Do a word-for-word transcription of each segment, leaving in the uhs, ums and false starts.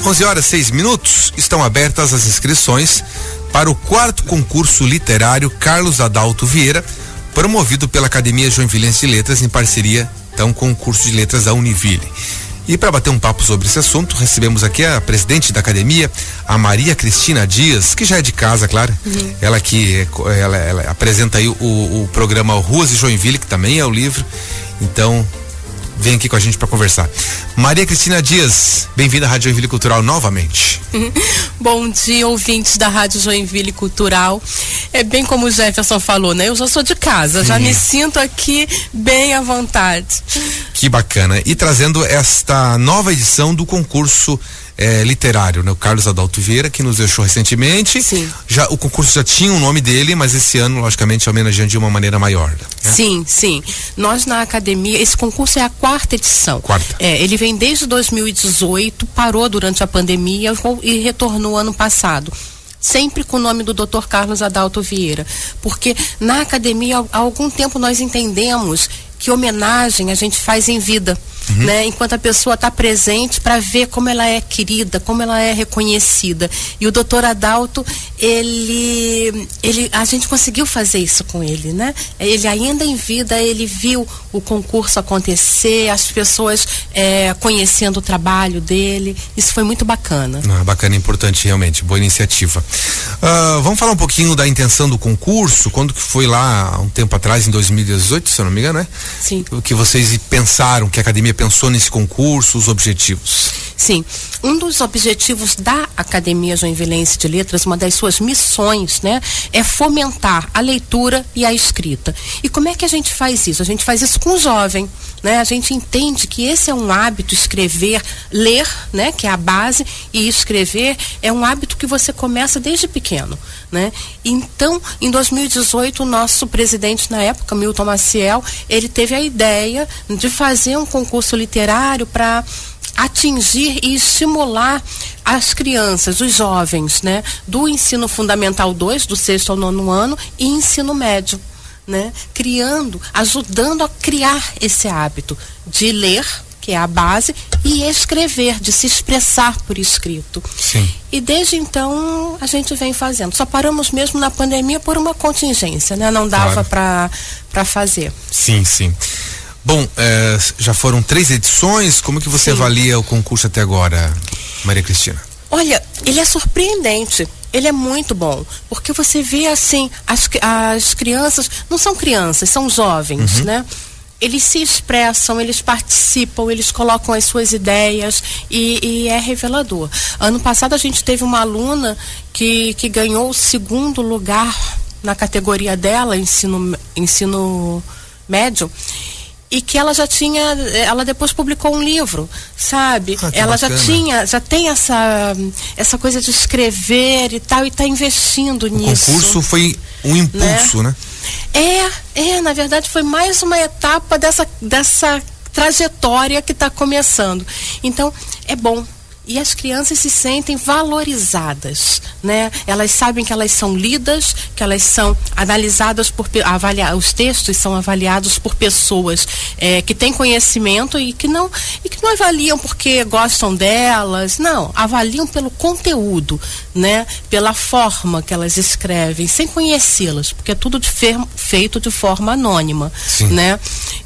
onze horas, seis minutos, estão abertas as inscrições para o quarto concurso literário Carlos Adalto Vieira, promovido pela Academia Joinvilense de Letras em parceria, então, com o curso de letras da Univille. E para bater um papo sobre esse assunto, recebemos aqui a presidente da academia, a Maria Cristina Dias, que já é de casa, claro. Uhum. Ela que ela, ela apresenta aí o, o programa Ruas de Joinville, que também é o livro. Então, vem aqui com a gente para conversar. Maria Cristina Dias, bem-vinda à Rádio Joinville Cultural novamente. Bom dia, ouvintes da Rádio Joinville Cultural. É bem como o Jefferson falou, né? Eu já sou de casa, Sim. já me sinto aqui bem à vontade. Que bacana. E trazendo esta nova edição do concurso é, literário, né? O Carlos Adalto Vieira, que nos deixou recentemente. Sim. Já, o concurso já tinha o nome dele, mas esse ano, logicamente, homenageando de uma maneira maior. Né? Sim, sim. Nós na academia, esse concurso é a quarta edição. Quarta. É, ele vem desde dois mil e dezoito, parou durante a pandemia e retornou ano passado. Sempre com o nome do doutor Carlos Adalto Vieira. Porque na academia, há algum tempo nós entendemos que homenagem a gente faz em vida. Uhum. Né? Enquanto a pessoa está presente, para ver como ela é querida, como ela é reconhecida. E o doutor Adalto, ele, ele, a gente conseguiu fazer isso com ele, né? Ele ainda em vida, ele viu o concurso acontecer, as pessoas é, conhecendo o trabalho dele. Isso foi muito bacana. Ah, bacana, importante realmente, boa iniciativa. Uh, vamos falar um pouquinho da intenção do concurso, quando que foi lá, há um tempo atrás, em dois mil e dezoito, se eu não me engano, né? Sim. O que vocês pensaram, que a academia pensou nesse concurso, os objetivos? Sim, um dos objetivos da Academia Joinvilense de Letras, uma das suas missões, né, é fomentar a leitura e a escrita. E como é que a gente faz isso? A gente faz isso com o jovem, né? A gente entende que esse é um hábito, escrever, ler, né, que é a base, e escrever é um hábito que você começa desde pequeno, né? Então, em dois mil e dezoito, o nosso presidente na época, Milton Maciel, ele teve a ideia de fazer um concurso literário para atingir e estimular as crianças, os jovens, né, do ensino fundamental dois, do sexto ao nono ano, e ensino médio, né, criando, ajudando a criar esse hábito de ler, que é a base, e escrever, de se expressar por escrito. Sim. E desde então a gente vem fazendo. Só paramos mesmo na pandemia por uma contingência, né? Não dava para para fazer. Sim, sim. Bom, eh, já foram três edições. Como que você Sim. avalia o concurso até agora, Maria Cristina? Olha, ele é surpreendente. Ele é muito bom, porque você vê assim, as, as crianças, não são crianças, são jovens, uhum. né? Eles se expressam, eles participam, eles colocam as suas ideias e, e é revelador. Ano passado a gente teve uma aluna que, que ganhou o segundo lugar na categoria dela, ensino, ensino médio, e que ela já tinha, ela depois publicou um livro, sabe? Ah, ela bacana. já tinha, já tem essa, essa coisa de escrever e tal, e está investindo o nisso. O concurso foi um impulso, né? né? É, é, na verdade foi mais uma etapa dessa, dessa trajetória que está começando. Então, é bom. E as crianças se sentem valorizadas, né? Elas sabem que elas são lidas, que elas são analisadas por avaliar, os textos são avaliados por pessoas é, que têm conhecimento e que não e que não avaliam porque gostam delas, não, avaliam pelo conteúdo, né? Pela forma que elas escrevem, sem conhecê-las, porque é tudo de fer, feito de forma anônima, Sim. né?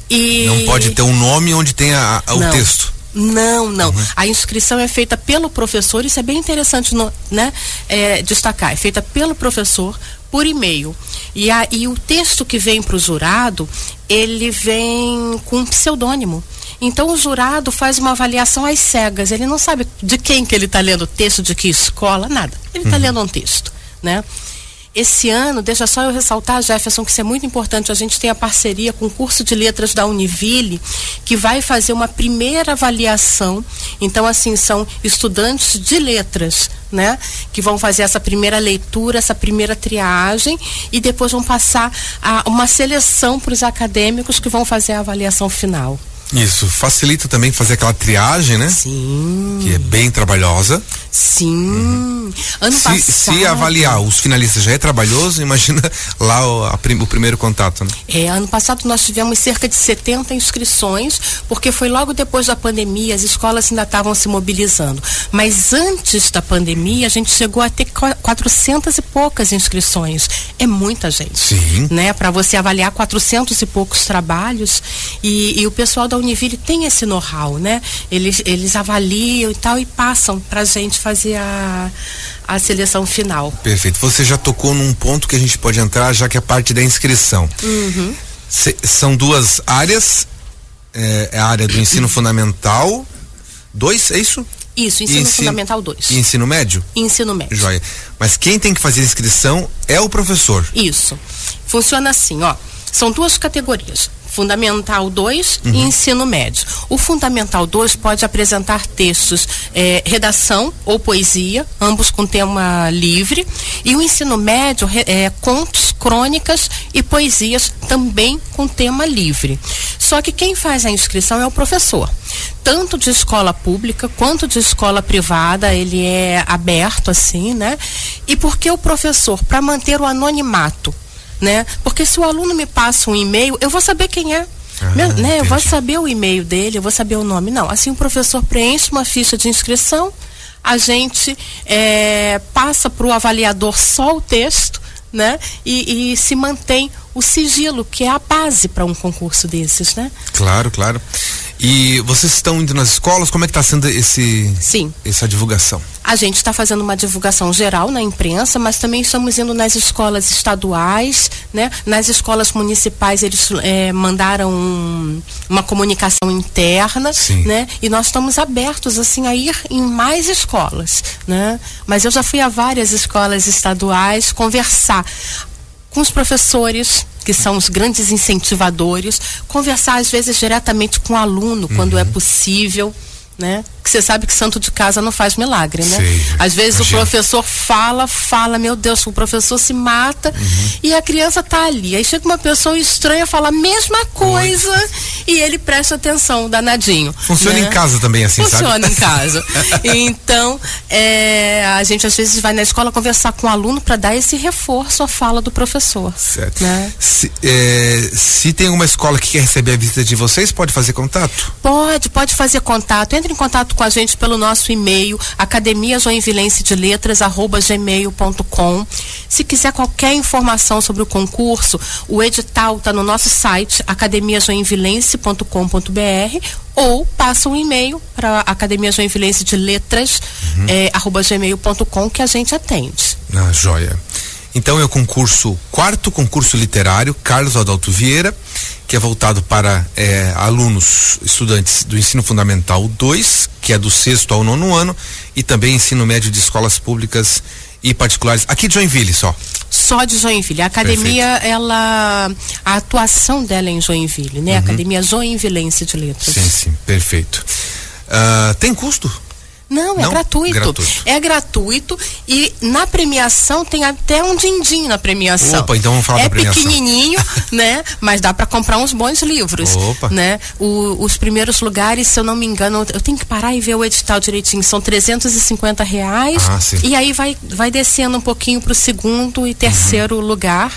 E não pode ter um nome onde tem a, a, o não. texto. Não, não. Uhum. A inscrição é feita pelo professor, isso é bem interessante, no, né, é, destacar. É feita pelo professor por e-mail. E, a, e o texto que vem para o jurado, ele vem com um pseudônimo. Então o jurado faz uma avaliação às cegas. Ele não sabe de quem que ele está lendo o texto, de que escola, nada. Ele está uhum. lendo um texto, né? Esse ano, deixa só eu ressaltar, Jefferson, que isso é muito importante, a gente tem a parceria com o curso de letras da Univille, que vai fazer uma primeira avaliação. Então, assim, são estudantes de letras, né, que vão fazer essa primeira leitura, essa primeira triagem, e depois vão passar a uma seleção para os acadêmicos que vão fazer a avaliação final. Isso, facilita também fazer aquela triagem, né? Sim. Que é bem trabalhosa. Sim. Uhum. Ano se, passado. Se avaliar os finalistas já é trabalhoso, imagina lá o, a, o primeiro contato, né? É, ano passado nós tivemos cerca de setenta inscrições, porque foi logo depois da pandemia, as escolas ainda estavam se mobilizando. Mas antes da pandemia, a gente chegou a ter quatrocentas e poucas inscrições. É muita gente. Sim. Né? Para você avaliar quatrocentos e poucos trabalhos. E, e o pessoal da Univille tem esse know-how, né? Eles, eles avaliam e tal e passam pra gente fazer a, a seleção final. Perfeito. Você já tocou num ponto que a gente pode entrar, já que é parte da inscrição. Uhum. Se, são duas áreas, é, é a área do ensino fundamental dois, é isso? Isso, ensino, ensino fundamental dois. E ensino médio? Ensino médio. Joia. Mas quem tem que fazer a inscrição é o professor. Isso. Funciona assim, ó. São duas categorias. Fundamental dois uhum. e ensino médio. O Fundamental dois pode apresentar textos, eh, redação ou poesia, ambos com tema livre, e o ensino médio, eh, contos, crônicas e poesias, também com tema livre. Só que quem faz a inscrição é o professor. Tanto de escola pública quanto de escola privada, ele é aberto assim, né? E porque o professor, para manter o anonimato, né? Porque se o aluno me passa um e-mail, eu vou saber quem é. Ah, Meu, né? Eu vou saber o e-mail dele, eu vou saber o nome. Não, assim o professor preenche uma ficha de inscrição, a gente é, passa para o avaliador só o texto, né? E, e se mantém o sigilo, que é a base para um concurso desses, né? Claro, claro. E vocês estão indo nas escolas? Como é que está sendo esse, Sim. essa divulgação? A gente está fazendo uma divulgação geral na imprensa, mas também estamos indo nas escolas estaduais, né? Nas escolas municipais eles é, mandaram um, uma comunicação interna, Sim. né? E nós estamos abertos assim a ir em mais escolas, né? Mas eu já fui a várias escolas estaduais conversar com os professores, que são os grandes incentivadores, conversar às vezes diretamente com o aluno, uhum. quando é possível, né? Que você sabe que santo de casa não faz milagre, né? Sei, às vezes imagina. O professor fala, fala, meu Deus, o professor se mata uhum. e a criança tá ali. Aí chega uma pessoa estranha, fala a mesma coisa Oi. E ele presta atenção, danadinho. Funciona né? em casa também assim, Funciona sabe? em casa. Então, é, a gente às vezes vai na escola conversar com o aluno para dar esse reforço à fala do professor. Certo. Né? Se, é, se tem uma escola que quer receber a visita de vocês, pode fazer contato? Pode, pode fazer contato. Entre em contato com a gente pelo nosso e-mail, academia joinvilense de letras arroba gmail ponto com. Se quiser qualquer informação sobre o concurso, o edital está no nosso site, academia joinvilense ponto com ponto br, ou passa um e-mail para academia joinvilense de letras uhum. é, arroba gmail ponto com, que a gente atende. Ah, joia. Então é o concurso, quarto concurso literário Carlos Adalto Vieira, que é voltado para é, alunos, estudantes do ensino fundamental dois, que é do sexto ao nono ano, e também ensino médio de escolas públicas e particulares, aqui de Joinville só. Só de Joinville. A academia, Perfeito. ela, a atuação dela é em Joinville, né? Uhum. Academia Joinvilense de Letras. Sim, sim, perfeito. Uh, tem custo? Não, é Não? gratuito. gratuito. É gratuito e na premiação tem até um din-din na premiação. Opa, então vamos falar é da premiação. É pequenininho, né? Mas dá para comprar uns bons livros. Opa. Né? O, os primeiros lugares, se eu não me engano, eu tenho que parar e ver o edital direitinho, são trezentos e cinquenta reais. Ah, sim. E aí vai, vai descendo um pouquinho pro segundo e terceiro uhum. lugar.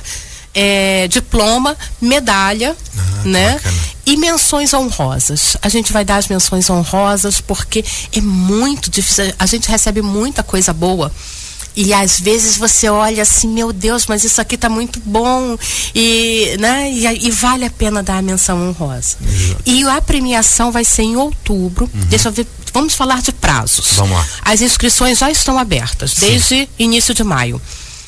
É, diploma, medalha, ah, né? Bacana. E menções honrosas. A gente vai dar as menções honrosas porque é muito difícil. A gente recebe muita coisa boa. E às vezes você olha assim, meu Deus, mas isso aqui tá muito bom. E, né? e, e vale a pena dar a menção honrosa. Uhum. E a premiação vai ser em outubro. Uhum. Deixa eu ver. Vamos falar de prazos. Vamos lá. As inscrições já estão abertas, Sim. desde início de maio.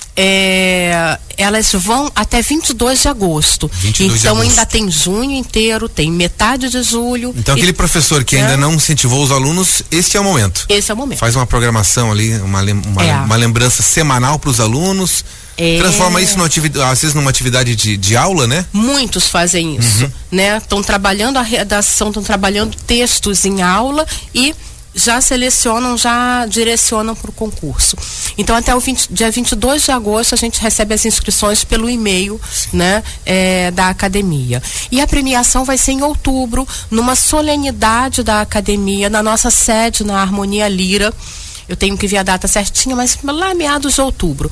É, elas vão até vinte e dois de agosto. vinte e dois então de agosto. Ainda tem junho inteiro, tem metade de julho. Então e, aquele professor que é, ainda não incentivou os alunos, esse é o momento. Esse é o momento. Faz uma programação ali, uma, uma, é. uma lembrança semanal para os alunos. É. Transforma isso numa atividade, às vezes numa atividade de, de aula, né? Muitos fazem isso, uhum. né? Estão trabalhando a redação, estão trabalhando textos em aula e já selecionam, já direcionam para o concurso. Então até o vinte, dia vinte e dois de agosto a gente recebe as inscrições pelo e-mail, né, é, da academia. E a premiação vai ser em outubro, numa solenidade da academia, na nossa sede, na Harmonia Lira. eu tenho que ver a data certinha, mas lá meados de outubro.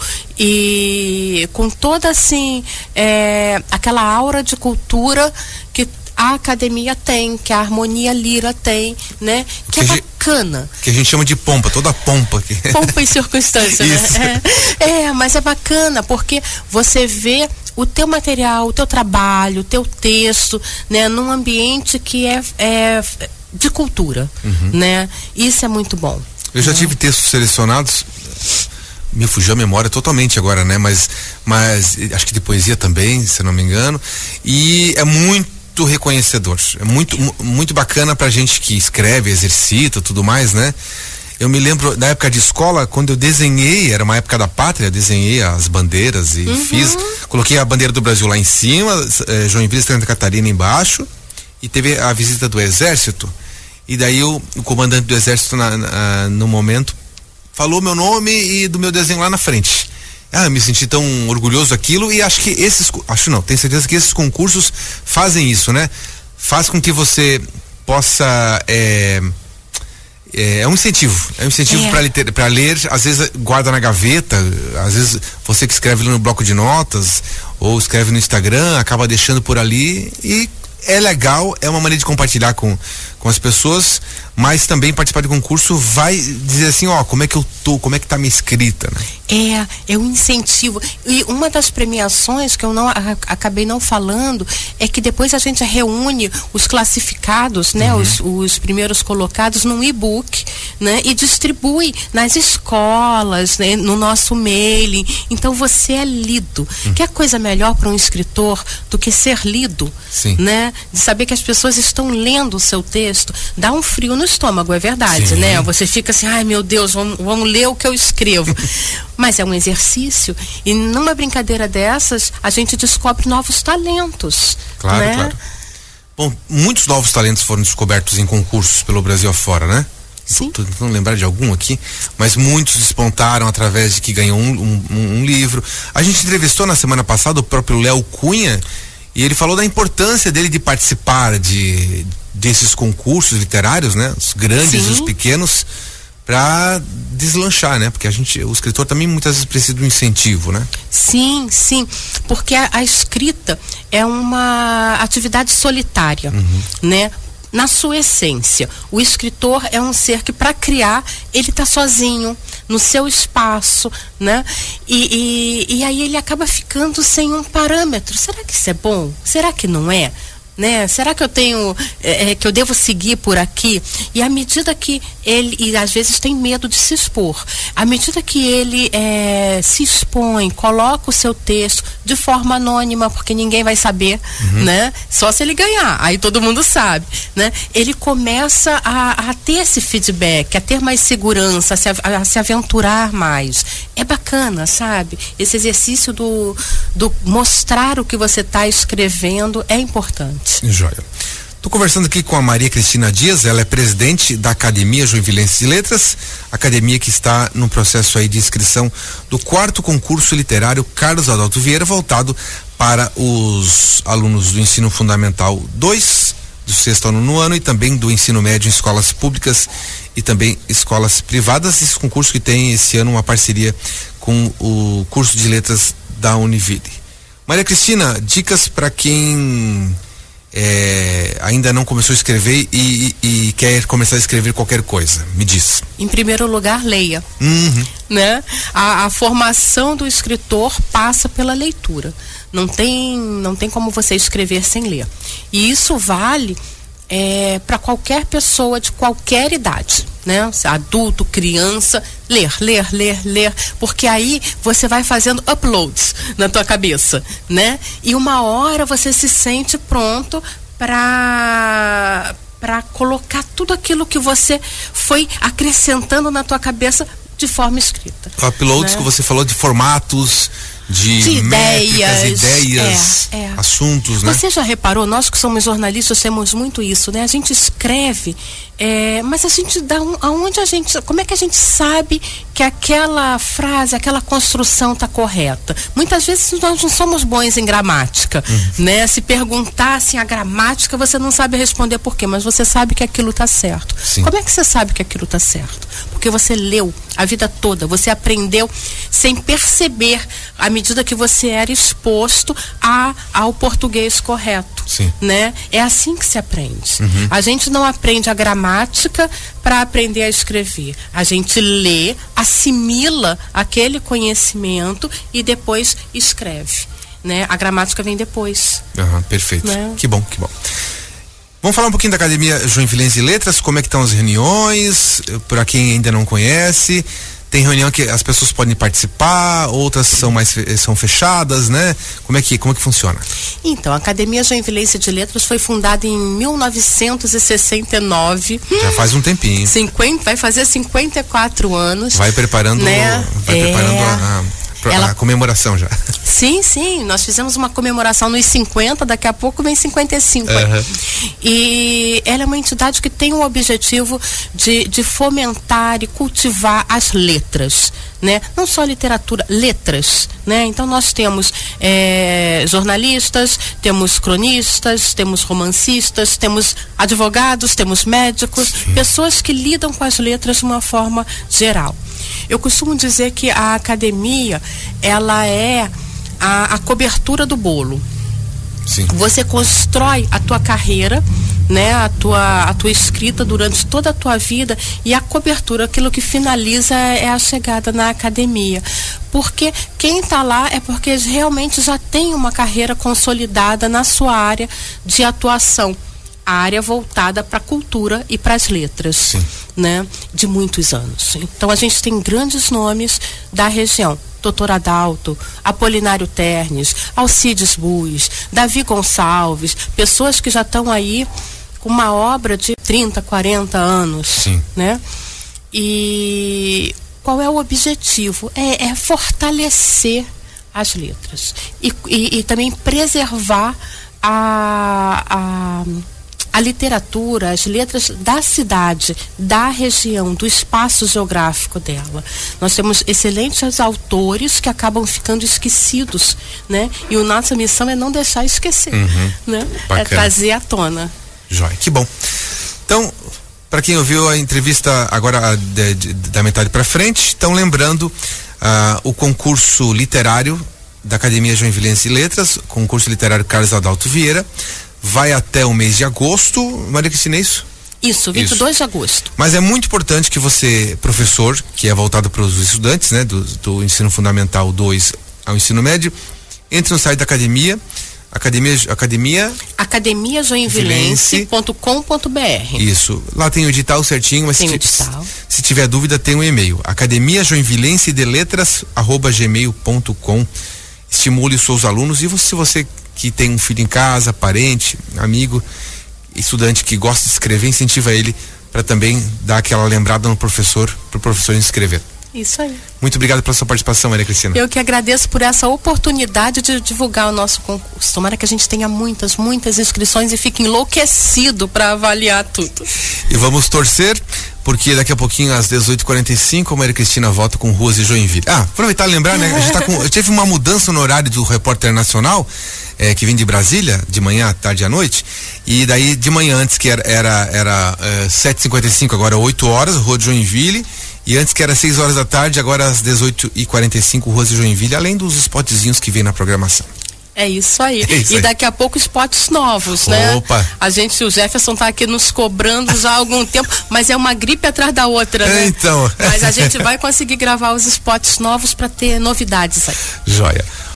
E com toda assim, é, aquela aura de cultura que a academia tem, que a Harmonia Lira tem, né? Que, que é bacana. Que a gente chama de pompa, toda pompa. Que... Pompa em circunstância, né? É, é, mas é bacana porque você vê o teu material, o teu trabalho, o teu texto, né? Num ambiente que é, é de cultura, uhum. né? Isso é muito bom. Eu já né? tive textos selecionados, me fugiu a memória totalmente agora, né? Mas, mas acho que de poesia também, se não me engano, e é muito reconhecedor, é muito, muito bacana pra gente que escreve, exercita, tudo mais, né? Eu me lembro da época de escola, quando eu desenhei, era uma época da pátria, eu desenhei as bandeiras e uhum. fiz, coloquei a bandeira do Brasil lá em cima, eh, Joinville, Santa Catarina embaixo, e teve a visita do exército, e daí o, o comandante do exército na, na, no momento falou meu nome e do meu desenho lá na frente. Ah, eu me senti tão orgulhoso daquilo, e acho que esses, acho não, tenho certeza que esses concursos fazem isso, né? Faz com que você possa, é, é, é um incentivo, é um incentivo é. para ler, às vezes guarda na gaveta, às vezes você que escreve no bloco de notas, ou escreve no Instagram, acaba deixando por ali, e é legal, é uma maneira de compartilhar com, com as pessoas, mas também participar de concurso vai dizer assim, ó, como é que eu tô, como é que tá a minha escrita, né? É, é um incentivo. E uma das premiações que eu não a, acabei não falando é que depois a gente reúne os classificados, né, uhum. os, os primeiros colocados num e-book, né, e distribui nas escolas, né, no nosso mailing. Então você é lido. Uhum. Que coisa melhor para um escritor do que ser lido, Sim. né? De saber que as pessoas estão lendo o seu texto, dá um frio no estômago, é verdade, Sim. né? Você fica assim, ai meu Deus, vamos, vamos ler o que eu escrevo. Mas é um exercício, e numa brincadeira dessas a gente descobre novos talentos. Claro, né? claro. Bom, muitos novos talentos foram descobertos em concursos pelo Brasil afora, né? Sim. Tô tentando lembrar de algum aqui, mas muitos despontaram através de que ganhou um, um, um livro. A gente entrevistou na semana passada o próprio Léo Cunha, e ele falou da importância dele de participar de desses concursos literários, né? Os grandes Sim. e os pequenos, para deslanchar, né? Porque a gente, o escritor também muitas vezes precisa de um incentivo, né? Sim, sim, porque a, a escrita é uma atividade solitária, uhum. né? Na sua essência, o escritor é um ser que, para criar, ele está sozinho no seu espaço, né? E, e, e aí ele acaba ficando sem um parâmetro. Será que isso é bom? Será que não é? Né? Será que eu tenho, é, que eu devo seguir por aqui? E à medida que ele, e às vezes tem medo de se expor, à medida que ele é, se expõe, coloca o seu texto de forma anônima, porque ninguém vai saber, uhum. né? Só se ele ganhar, aí todo mundo sabe, né? Ele começa a, a ter esse feedback, a ter mais segurança, a se, a, a se aventurar mais. É bacana, sabe? Esse exercício do, do mostrar o que você está escrevendo é importante. Joia. Estou conversando aqui com a Maria Cristina Dias, ela é presidente da Academia Joinvilense de Letras, academia que está no processo aí de inscrição do quarto concurso literário Carlos Adalto Vieira, voltado para os alunos do ensino fundamental dois, do sexto ao nono ano, e também do ensino médio em escolas públicas e também escolas privadas. Esse concurso que tem esse ano uma parceria com o curso de letras da Univille. Maria Cristina, dicas para quem É, ainda não começou a escrever e, e, e quer começar a escrever qualquer coisa, me diz. Em primeiro lugar, leia. Uhum. Né? A, a formação do escritor passa pela leitura. Não tem, não tem como você escrever sem ler. E isso vale é, para qualquer pessoa de qualquer idade, né? Adulto, criança, ler, ler, ler, ler, porque aí você vai fazendo uploads na tua cabeça, né? E uma hora você se sente pronto para para colocar tudo aquilo que você foi acrescentando na tua cabeça de forma escrita. Uploads, né? Que você falou de formatos, de, de métricas, ideias, ideias, é, é. assuntos, né? Você já reparou, nós que somos jornalistas temos muito isso, né? A gente escreve É, mas a gente dá um, aonde a gente, como é que a gente sabe que aquela frase, aquela construção está correta? Muitas vezes nós não somos bons em gramática, uhum. né? Se perguntassem a gramática, você não sabe responder por quê, mas você sabe que aquilo está certo. Sim. Como é que você sabe que aquilo está certo? Porque você leu a vida toda, você aprendeu sem perceber, à medida que você era exposto a, ao português correto. Sim. Né? É assim que se aprende. Uhum. A gente não aprende a gramática para aprender a escrever. A gente lê, assimila aquele conhecimento e depois escreve. Né? A gramática vem depois. Uhum, perfeito. Né? Que bom, que bom. Vamos falar um pouquinho da Academia Joinvilense de Letras, como é que estão as reuniões, para quem ainda não conhece. Tem reunião que as pessoas podem participar, outras são mais são fechadas, né? Como é que como é que funciona? Então, a Academia Joinvilense de Letras foi fundada em mil novecentos e sessenta e nove. Já faz um tempinho. cinquenta, vai fazer cinquenta e quatro anos. Vai preparando, né? vai é... preparando a, a, Ela... a comemoração já. Sim, sim, nós fizemos uma comemoração nos cinquenta, daqui a pouco vem cinquenta e cinco. Uhum. E ela é uma entidade que tem o objetivo de, de fomentar e cultivar as letras, né? Não só literatura, letras, né? Então nós temos é, jornalistas, temos cronistas, temos romancistas, temos advogados, temos médicos, sim. pessoas que lidam com as letras de uma forma geral. Eu costumo dizer que a academia, ela é a, a cobertura do bolo. Sim. Você constrói a tua carreira, né, a tua, a tua escrita durante toda a tua vida, e a cobertura, aquilo que finaliza é a chegada na academia. Porque quem está lá é porque realmente já tem uma carreira consolidada na sua área de atuação. A área voltada para a cultura e para as letras, sim. né, de muitos anos. Então a gente tem grandes nomes da região. Doutor Adalto, Apolinário Ternes, Alcides Buis, Davi Gonçalves, pessoas que já estão aí com uma obra de trinta, quarenta anos. Sim. Né? E qual é o objetivo? É, é fortalecer as letras e, e, e também preservar a, a a literatura, as letras da cidade, da região, do espaço geográfico dela. Nós temos excelentes autores que acabam ficando esquecidos, né? E a nossa missão é não deixar esquecer, uhum. né? Bacana. É trazer à tona. Jóia, que bom. Então, para quem ouviu a entrevista agora de, de, da metade para frente, estão lembrando uh, o concurso literário da Academia Joinvilense de Letras, concurso literário Carlos Adalto Vieira. Vai até o mês de agosto, Maria Cristina, é isso? Isso, vinte e dois de agosto. Mas é muito importante que você, professor, que é voltado para os estudantes, né, do, do ensino fundamental dois ao ensino médio, entre no site da academia, academia, academia... academia joinvilense ponto com ponto b r. Isso, lá tem o edital certinho, mas tem se, o edital. Se, se tiver dúvida, tem um e-mail, academia joinvilense de letras arroba gmail ponto com. Estimule os seus alunos, e você, se você que tem um filho em casa, parente, amigo, estudante que gosta de escrever, incentiva ele para também dar aquela lembrada no professor, para o professor inscrever. Isso aí. Muito obrigado pela sua participação, Maria Cristina. Eu que agradeço por essa oportunidade de divulgar o nosso concurso. Tomara que a gente tenha muitas, muitas inscrições e fique enlouquecido para avaliar tudo. E vamos torcer, porque daqui a pouquinho, às dezoito e quarenta e cinco, a Maria Cristina volta com Ruas e Joinville. Ah, aproveitar e lembrar, né? A gente tá com, teve uma mudança no horário do Repórter Nacional, é, que vem de Brasília, de manhã, à tarde e à noite. E daí, de manhã, antes que era, era, era é, sete e cinquenta e cinco, agora oito horas, Rua de Joinville. E antes que era seis horas da tarde, agora às dezoito e quarenta e cinco, Ruas de Joinville, além dos spotzinhos que vem na programação. É isso aí. É isso e aí. Daqui a pouco spots novos, né? Opa. A gente, o Jefferson tá aqui nos cobrando já há algum tempo, mas é uma gripe atrás da outra, né? É, então. Mas a gente vai conseguir gravar os spots novos para ter novidades aí. Joia.